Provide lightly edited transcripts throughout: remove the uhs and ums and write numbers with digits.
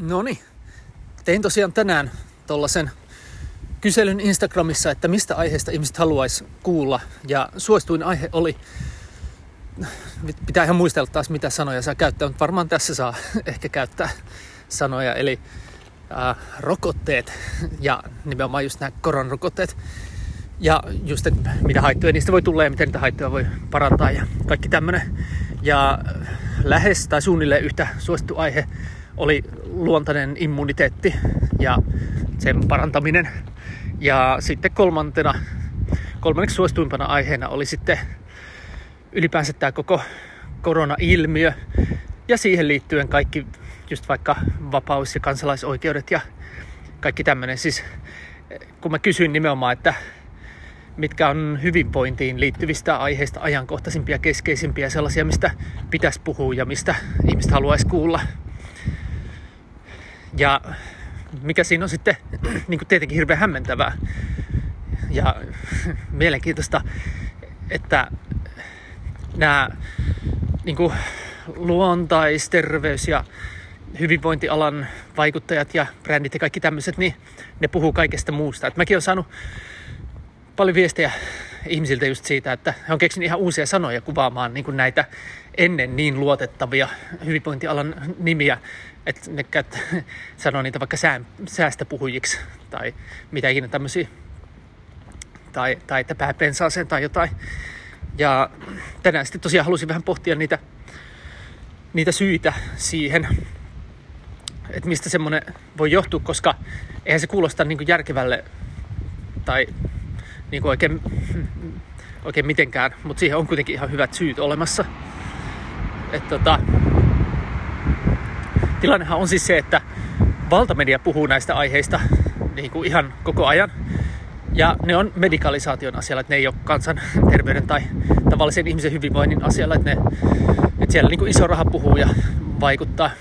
Noniin, tein tosiaan tänään tollasen kyselyn Instagramissa, että mistä aiheesta ihmiset haluaisi kuulla. Ja suosituin aihe oli, pitää ihan muistella taas mitä sanoja saa käyttää, mutta varmaan tässä saa ehkä käyttää sanoja. Eli rokotteet ja nimenomaan just nämä koronarokotteet. Ja just, että mitä haittoja niistä voi tulla ja miten niitä haittoja voi parantaa ja kaikki tämmönen. Ja lähes tai suunnilleen yhtä suosittu aihe oli luontainen immuniteetti ja sen parantaminen. Ja sitten kolmanneksi suosituimpana aiheena oli sitten ylipäänsä tämä koko korona-ilmiö ja siihen liittyen kaikki just vaikka vapaus- ja kansalaisoikeudet ja kaikki tämmöinen. Siis kun mä kysyin nimenomaan, että mitkä on hyvinvointiin liittyvistä aiheista ajankohtaisimpia, keskeisimpiä, sellaisia, mistä pitäisi puhua ja mistä ihmiset haluaisi kuulla. Ja mikä siinä on sitten niin kuin tietenkin hirveän hämmentävää ja mielenkiintoista, että nämä niin kuin luontais-, terveys- ja hyvinvointialan vaikuttajat ja brändit ja kaikki tämmöiset, niin ne puhuu kaikesta muusta. Et mäkin olen saanut paljon viestejä ihmisiltä just siitä, että he on keksinyt ihan uusia sanoja kuvaamaan niin kuin näitä ennen niin luotettavia hyvinvointialan nimiä, että ne sanoo niitä vaikka säästäpuhujiksi tai mitä ikinä tämmöisiä, tai että pääpensaaseen tai jotain. Ja tänään sitten tosiaan halusin vähän pohtia niitä syitä siihen, että mistä semmoinen voi johtua, koska eihän se kuulosta niin kuin järkevälle tai niin kuin oikein mitenkään, mutta siihen on kuitenkin ihan hyvät syyt olemassa. Tilannehan on siis se, että valtamedia puhuu näistä aiheista niin kuin ihan koko ajan. Ja ne on medikalisaation asialla, että ne ei ole kansanterveyden tai tavallisen ihmisen hyvinvoinnin asialla, että siellä niin kuin iso raha puhuu ja vaikuttaa.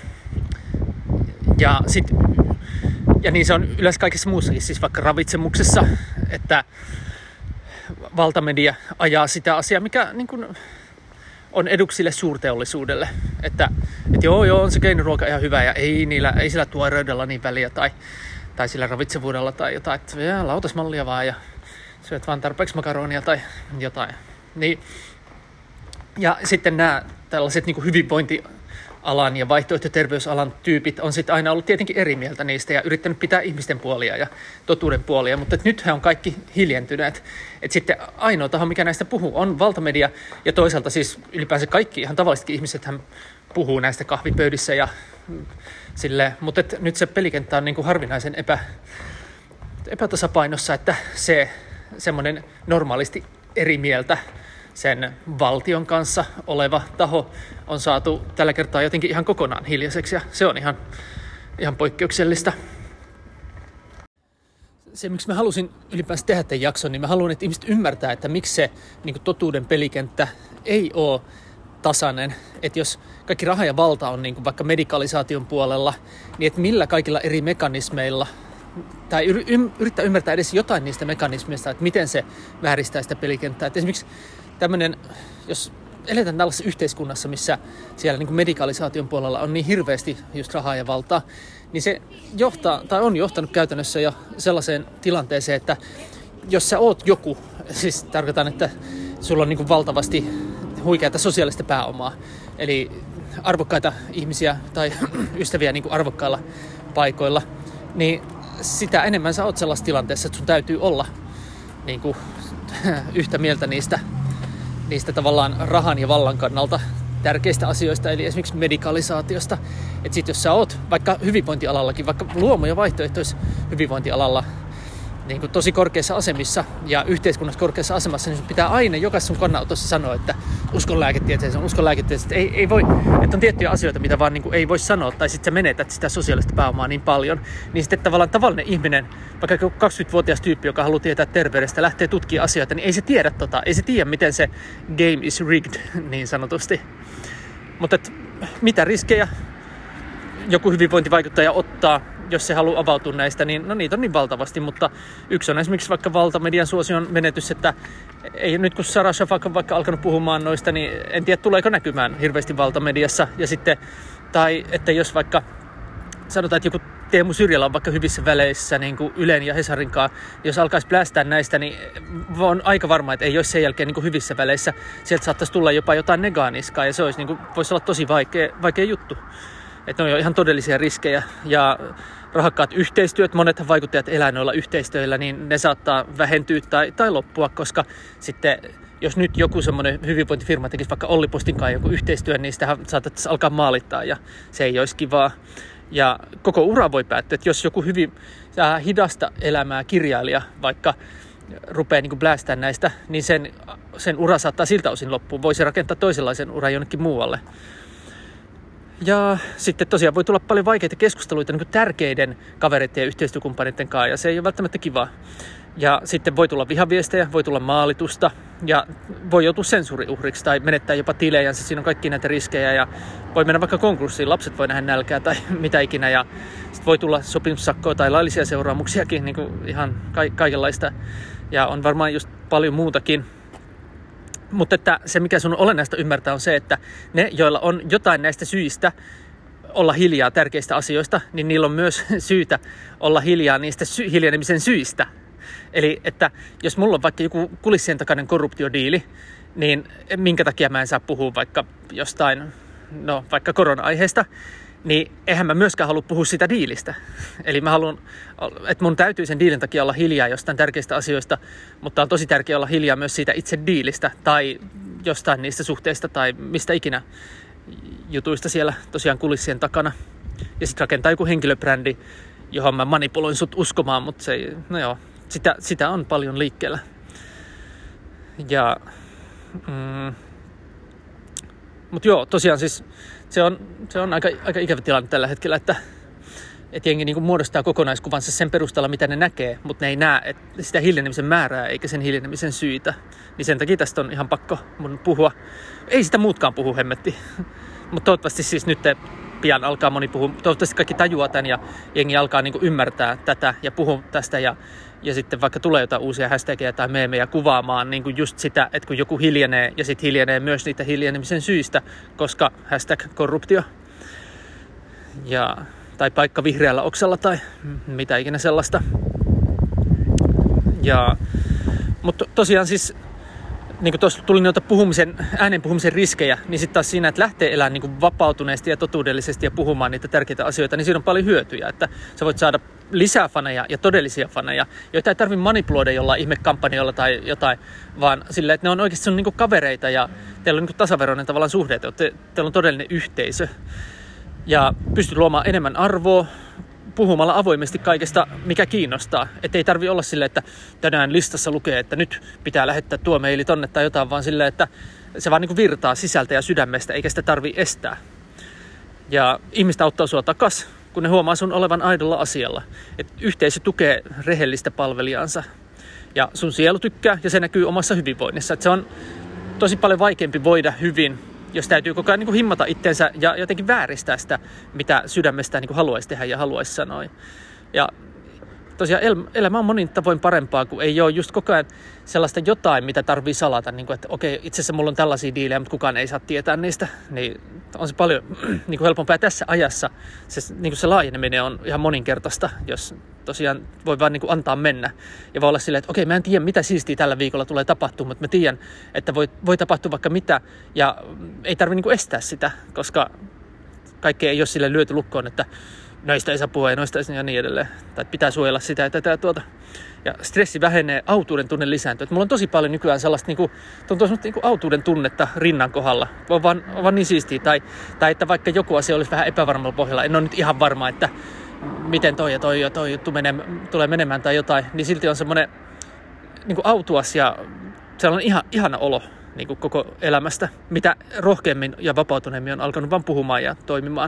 Ja niin se on yleensä kaikessa muussakin, siis vaikka ravitsemuksessa, että valtamedia ajaa sitä asiaa, mikä niin kuin on eduksille suurteollisuudelle. Että joo, on se keinoruoka ihan hyvä ja ei sillä tuoreudella niin väliä tai sillä ravitsevuudella tai jotain, että lautasmallia vaan ja syöt vaan tarpeeksi makaronia tai jotain. Niin. Ja sitten nämä tällaiset niin kuin hyvinvointialan ja vaihtoehtoterveysalan tyypit on sitten aina ollut tietenkin eri mieltä niistä ja yrittänyt pitää ihmisten puolia ja totuuden puolia, mutta nyt he on kaikki hiljentyneet. Että sitten ainoa taho, mikä näistä puhuu, on valtamedia ja toisaalta siis ylipäänsä kaikki ihan tavallisetkin ihmiset hän puhuu näistä kahvipöydissä ja silleen, mutta nyt se pelikenttä on niin kuin harvinaisen epätasapainossa, että se semmoinen normaalisti eri mieltä sen valtion kanssa oleva taho on saatu tällä kertaa jotenkin ihan kokonaan hiljaiseksi ja se on ihan poikkeuksellista. Se, miksi mä halusin ylipäänsä tehdä tämän jakson, niin mä haluan, että ihmiset ymmärtää, että miksi se niin kuin totuuden pelikenttä ei ole tasainen. Että jos kaikki raha ja valta on niin kuin vaikka medikalisaation puolella, niin että millä kaikilla eri mekanismeilla, tai yrittää ymmärtää edes jotain niistä mekanismeista, että miten se vääristää sitä pelikenttää. Että esimerkiksi tämmöinen, jos eletään tällaisessa yhteiskunnassa, missä siellä niin kuin medikalisaation puolella on niin hirveästi just rahaa ja valtaa, niin se johtaa, tai on johtanut käytännössä jo sellaiseen tilanteeseen, että jos sä oot joku, siis tarkoitan, että sulla on niin kuin valtavasti huikeata sosiaalista pääomaa, eli arvokkaita ihmisiä tai ystäviä niin kuin arvokkailla paikoilla, niin sitä enemmän sä oot sellaisessa tilanteessa, että sun täytyy olla niin kuin, yhtä mieltä niistä tavallaan rahan ja vallan kannalta tärkeistä asioista, eli esimerkiksi medikalisaatiosta. Että sit jos sä oot vaikka hyvinvointialallakin, vaikka luomu- ja vaihtoehtois hyvinvointialalla niin kuin tosi korkeissa asemissa ja yhteiskunnassa korkeassa asemassa, niin sun pitää aina jokaisessa sun kannanotossa sanoa, että uskon lääketieteeseen, ei voi, että on tiettyjä asioita, mitä vaan niin kuin ei voi sanoa, tai sitten sä menetät sitä sosiaalista pääomaa niin paljon, niin sitten tavallaan tavallinen ihminen, vaikka 20-vuotias tyyppi, joka haluaa tietää terveydestä, lähtee tutkimaan asioita, niin ei se tiedä ei se tiedä, miten se game is rigged, niin sanotusti. Mutta mitä riskejä joku hyvinvointivaikuttaja ottaa, jos se haluaa avautua näistä, niin no niitä on niin valtavasti, mutta yksi on esimerkiksi vaikka valtamedian suosion menetys, että ei nyt kun Sarah Shafak on vaikka alkanut puhumaan noista, niin en tiedä tuleeko näkymään hirveästi valtamediassa, ja sitten, tai että jos vaikka sanotaan, että joku Teemu Syrjälä on vaikka hyvissä väleissä niin kuin Ylen ja Hesarin kanssa. Jos alkaisi blästää näistä, niin on aika varma, että ei olisi sen jälkeen niin kuin hyvissä väleissä. Sieltä saattaisi tulla jopa jotain negaaniskaa ja se olisi, niin kuin, voisi olla tosi vaikea juttu. Että ne on jo ihan todellisia riskejä ja rahakkaat yhteistyöt, monet vaikuttajat elää noilla yhteistyöillä, niin ne saattaa vähentyä tai loppua, koska sitten jos nyt joku semmoinen hyvinvointifirma tekisi vaikka Olli Postin kanssa joku yhteistyön, niin sitä saatettaisiin alkaa maalittaa ja se ei olisi kivaa. Ja koko ura voi päättyä, että jos joku hyvin hidasta elämää kirjailija vaikka rupeaa niin blästään näistä, niin sen ura saattaa siltä osin loppua. Voisi rakentaa toisenlaisen uran jonnekin muualle. Ja sitten tosiaan voi tulla paljon vaikeita keskusteluita niin tärkeiden kavereiden ja yhteistyökumppaneiden kanssa, ja se ei ole välttämättä kivaa. Ja sitten voi tulla vihaviestejä, voi tulla maalitusta, ja voi joutua sensuuriuhriksi tai menettää jopa tilejänsä. Siinä on kaikki näitä riskejä, ja voi mennä vaikka konkurssiin, lapset voi nähdä nälkää tai mitä ikinä, ja sitten voi tulla sopimussakkoa tai laillisia seuraamuksiakin, niin kuin ihan kaikenlaista, ja on varmaan just paljon muutakin. Mutta että se, mikä sun on olennaista ymmärtää, on se, että ne, joilla on jotain näistä syistä olla hiljaa tärkeistä asioista, niin niillä on myös syytä olla hiljaa niistä hiljenemisen syistä. Eli että jos mulla on vaikka joku kulissien takainen korruptiodiili, niin minkä takia mä en saa puhua vaikka jostain, vaikka korona-aiheesta, niin eihän mä myöskään halua puhua sitä diilistä. Eli mä haluan, että mun täytyy sen diilin takia olla hiljaa jostain tärkeistä asioista, mutta on tosi tärkeää olla hiljaa myös siitä itse diilistä tai jostain niistä suhteista tai mistä ikinä jutuista siellä tosiaan kulissien takana. Ja sitten rakentaa joku henkilöbrändi, johon mä manipuloin sut uskomaan, mutta se ei, sitä on paljon liikkeellä. Ja mutta joo, tosiaan siis se on aika ikävä tilanne tällä hetkellä, että jengi niin kuin muodostaa kokonaiskuvansa sen perusteella, mitä ne näkee, mutta ne ei näe sitä hiljenemisen määrää eikä sen hiljenemisen syitä. Niin sen takia tästä on ihan pakko mun puhua. Ei sitä muutkaan puhu, hemmetti. Mutta toivottavasti siis nyt pian alkaa moni puhua. Toivottavasti kaikki tajuaa tämän ja jengi alkaa niin kuin ymmärtää tätä ja puhua tästä ja sitten vaikka tulee jotain uusia hashtageja tai meemejä kuvaamaan niin kuin just sitä, että kun joku hiljenee ja sitten hiljenee myös niitä hiljenemisen syistä, koska hashtag korruptio tai paikka vihreällä oksalla tai mitä ikinä sellaista. Mutta tosiaan siis, niin kuin tuossa tuli noita äänen puhumisen riskejä, niin sitten taas siinä, että lähtee elämään niin kuin vapautuneesti ja totuudellisesti ja puhumaan niitä tärkeitä asioita, niin siinä on paljon hyötyjä, että sä voit saada lisää faneja ja todellisia faneja, joita ei tarvitse manipuloida jollain ihmekampanjoilla tai jotain, vaan sillä, että ne on oikeasti sun niin kuin kavereita ja teillä on niin kuin tasaveroinen tavallaan suhde, että teillä on todellinen yhteisö ja pystyt luomaan enemmän arvoa puhumalla avoimesti kaikesta, mikä kiinnostaa. Että ei tarvitse olla silleen, että tänään listassa lukee, että nyt pitää lähettää tuo maili tonne tai jotain, vaan silleen, että se vaan niin kuin virtaa sisältä ja sydämestä, eikä sitä tarvitse estää. Ja ihmistä auttaa sua takas, kun ne huomaa sun olevan aidolla asialla. Että yhteisö tukee rehellistä palvelijansa. Ja sun sielu tykkää ja se näkyy omassa hyvinvoinnissa. Että se on tosi paljon vaikeampi voida hyvin, jos täytyy koko ajan niin kuin himmata itsensä ja jotenkin vääristää sitä, mitä sydämestään niin kuin haluaisi tehdä ja haluaisi sanoa. Ja tosiaan elämä on monin tavoin parempaa, kun ei ole just koko ajan sellaista jotain, mitä tarvii salata. Niin kuin, että okei, itse asiassa mulla on tällaisia diilejä, mutta kukaan ei saa tietää niistä. Niin on se paljon niin kuin helpompaa tässä ajassa. Se laajeneminen on ihan moninkertaista, jos tosiaan voi vaan niin kuin antaa mennä. Ja voi olla silleen, että okei, mä en tiedä, mitä siistiä tällä viikolla tulee tapahtumaan, mutta mä tiedän, että voi tapahtua vaikka mitä. Ja ei tarvitse niin kuin estää sitä, koska kaikki ei ole sille lyöty lukkoon, että noista ei saa puhua ja noista ei ja niin edelleen. Tai pitää suojella sitä ja tätä ja tuota. Ja stressi vähenee, autuuden tunne lisääntyy. Mulla on tosi paljon nykyään sellaista niinku autuuden tunnetta rinnan kohdalla. On vaan niin siistiä. Tai että vaikka joku asia olisi vähän epävarmalla pohjalla, en ole nyt ihan varma, että miten toi juttu tulee menemään tai jotain. Niin silti on semmoinen niinku autuas ja sellainen ihana olo niinku koko elämästä. Mitä rohkeammin ja vapautuneemmin on alkanut vaan puhumaan ja toimimaan.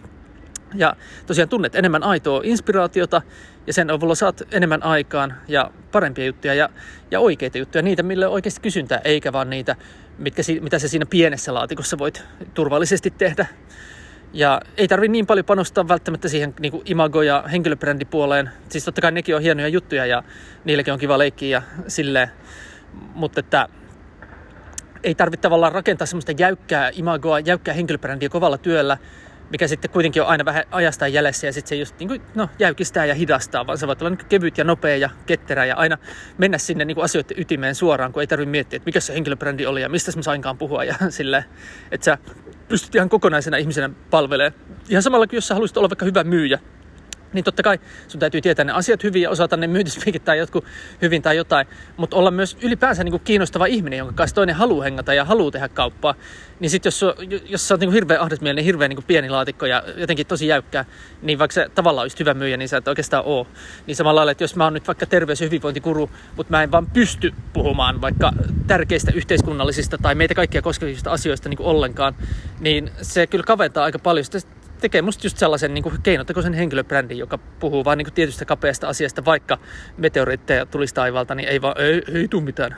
Ja tosiaan tunnet enemmän aitoa inspiraatiota ja sen avulla saat enemmän aikaan ja parempia juttuja ja oikeita juttuja, niitä mille on oikeasti kysyntää, eikä vaan niitä, mitä sä siinä pienessä laatikossa voit turvallisesti tehdä. Ja ei tarvitse niin paljon panostaa välttämättä siihen niin kuin imago- ja henkilöbrändipuoleen. Siis totta kai nekin on hienoja juttuja ja niilläkin on kiva leikkiä ja silleen, mutta että ei tarvitse tavallaan rakentaa semmoista jäykkää imagoa, jäykkää henkilöbrändiä kovalla työllä, mikä sitten kuitenkin on aina vähän ajastaan jäljessä ja sitten se just niin kuin, jäykistää ja hidastaa, vaan se voi olla niin kevyt ja nopea ja ketterä ja aina mennä sinne niin kuin asioiden ytimeen suoraan, kun ei tarvitse miettiä, että mikä se henkilöbrändi oli ja mistä mä sainkaan puhua ja silleen, että sä pystyt ihan kokonaisena ihmisenä palvelemaan. Ihan samalla kuin jos sä haluaisit olla vaikka hyvä myyjä, niin totta kai sun täytyy tietää ne asiat hyvin ja osata ne myyntispiikit tai jotkut hyvin tai jotain, mutta olla myös ylipäänsä niin kuin kiinnostava ihminen, jonka kanssa toinen haluaa hengata ja haluaa tehdä kauppaa. Niin sitten jos sä oot niin kuin hirveän ahdasmielinen, hirveän niin kuin pieni laatikko ja jotenkin tosi jäykkää, niin vaikka se tavallaan olisi hyvä myyjä, niin sä et oikeastaan ole. Niin samalla lailla, että jos mä oon nyt vaikka terveys- ja hyvinvointikuru, mutta mä en vaan pysty puhumaan vaikka tärkeistä yhteiskunnallisista tai meitä kaikkia koskevista asioista niin kuin ollenkaan, niin se kyllä kaventaa aika paljon sitä. Tekee musta just sellaisen niin kuin keinotekoisen henkilöbrändin, joka puhuu vaan niin kuin tietystä kapeasta asiasta, vaikka meteoriitteja tulisi taivaalta, niin ei vaan, ei tule mitään.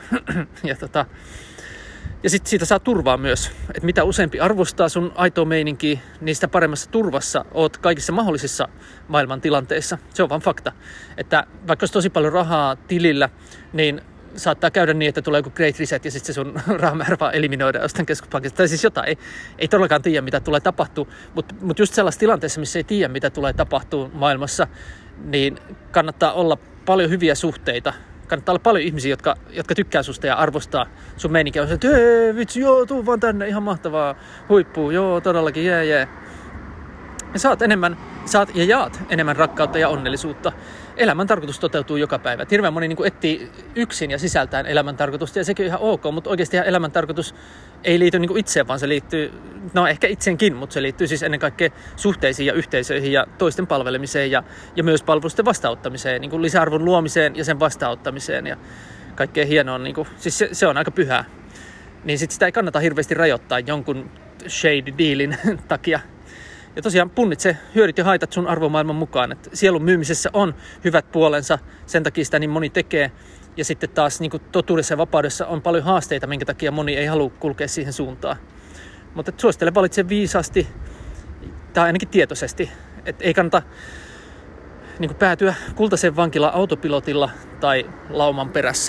Ja sitten siitä saa turvaa myös, että mitä useampi arvostaa sun aitoa meininkiä, niin sitä paremmassa turvassa oot kaikissa mahdollisissa maailman tilanteissa. Se on vaan fakta, että vaikka olisi tosi paljon rahaa tilillä, niin saattaa käydä niin, että tulee joku great reset ja sitten se sun rahamäärä vaan eliminoida jostain keskuspankista. Tai siis jotain. Ei todellakaan tiedä, mitä tulee tapahtua. Mutta just sellaisessa tilanteessa, missä ei tiedä, mitä tulee tapahtua maailmassa, niin kannattaa olla paljon hyviä suhteita. Kannattaa olla paljon ihmisiä, jotka tykkää susta ja arvostaa sun meininkiä. On se, että vitsi, joo, tuu vaan tänne, ihan mahtavaa, huippuu, joo, todellakin, jee. Ja saat ja jaat enemmän rakkautta ja onnellisuutta. Elämän tarkoitus toteutuu joka päivä. Hirveän moni niin kuin etsii yksin ja sisältäen elämän tarkoitusta, ja sekin on ihan ok, mutta oikeasti ihan elämän tarkoitus ei liity niin kuin itseen, vaan se liittyy, ehkä itseenkin, mutta se liittyy siis ennen kaikkea suhteisiin ja yhteisöihin ja toisten palvelemiseen ja myös palvelusten vastaanottamiseen, niin kuin lisäarvon luomiseen ja sen vastaanottamiseen ja kaikkea hienoa, niin kuin, siis se on aika pyhää. Niin sit sitä ei kannata hirveästi rajoittaa jonkun shady dealin takia. Ja tosiaan punnitse hyödyt ja haitat sun arvomaailman mukaan. Et sielun myymisessä on hyvät puolensa, sen takia sitä niin moni tekee. Ja sitten taas niin totuudessa ja vapaudessa on paljon haasteita, minkä takia moni ei halua kulkea siihen suuntaan. Mutta suosittelen valitse viisaasti tai ainakin tietoisesti. Et ei kannata niin päätyä kultaiseen vankilaan autopilotilla tai lauman perässä.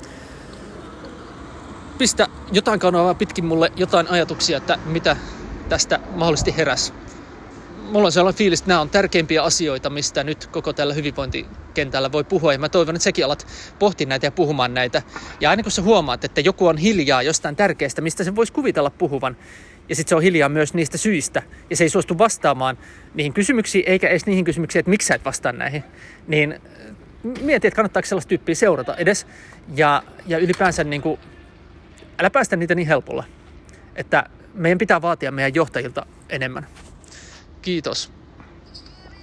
Pistä jotain kanavaa pitkin mulle jotain ajatuksia, että mitä tästä mahdollisesti heräsi. Mulla on sellainen fiilis, että nämä on tärkeimpiä asioita, mistä nyt koko tällä hyvinvointikentällä voi puhua. Ja mä toivon, että säkin alat pohtia näitä ja puhumaan näitä. Ja aina kun sä huomaat, että joku on hiljaa jostain tärkeästä, mistä sen voisi kuvitella puhuvan, ja sitten se on hiljaa myös niistä syistä, ja se ei suostu vastaamaan niihin kysymyksiin, eikä edes niihin kysymyksiin, että miksi sä et vastaa näihin, niin mieti, että kannattaako sellaista tyyppiä seurata edes. Ja ylipäänsä niin kuin, älä päästä niitä niin helpolla, että meidän pitää vaatia meidän johtajilta enemmän. Kiitos.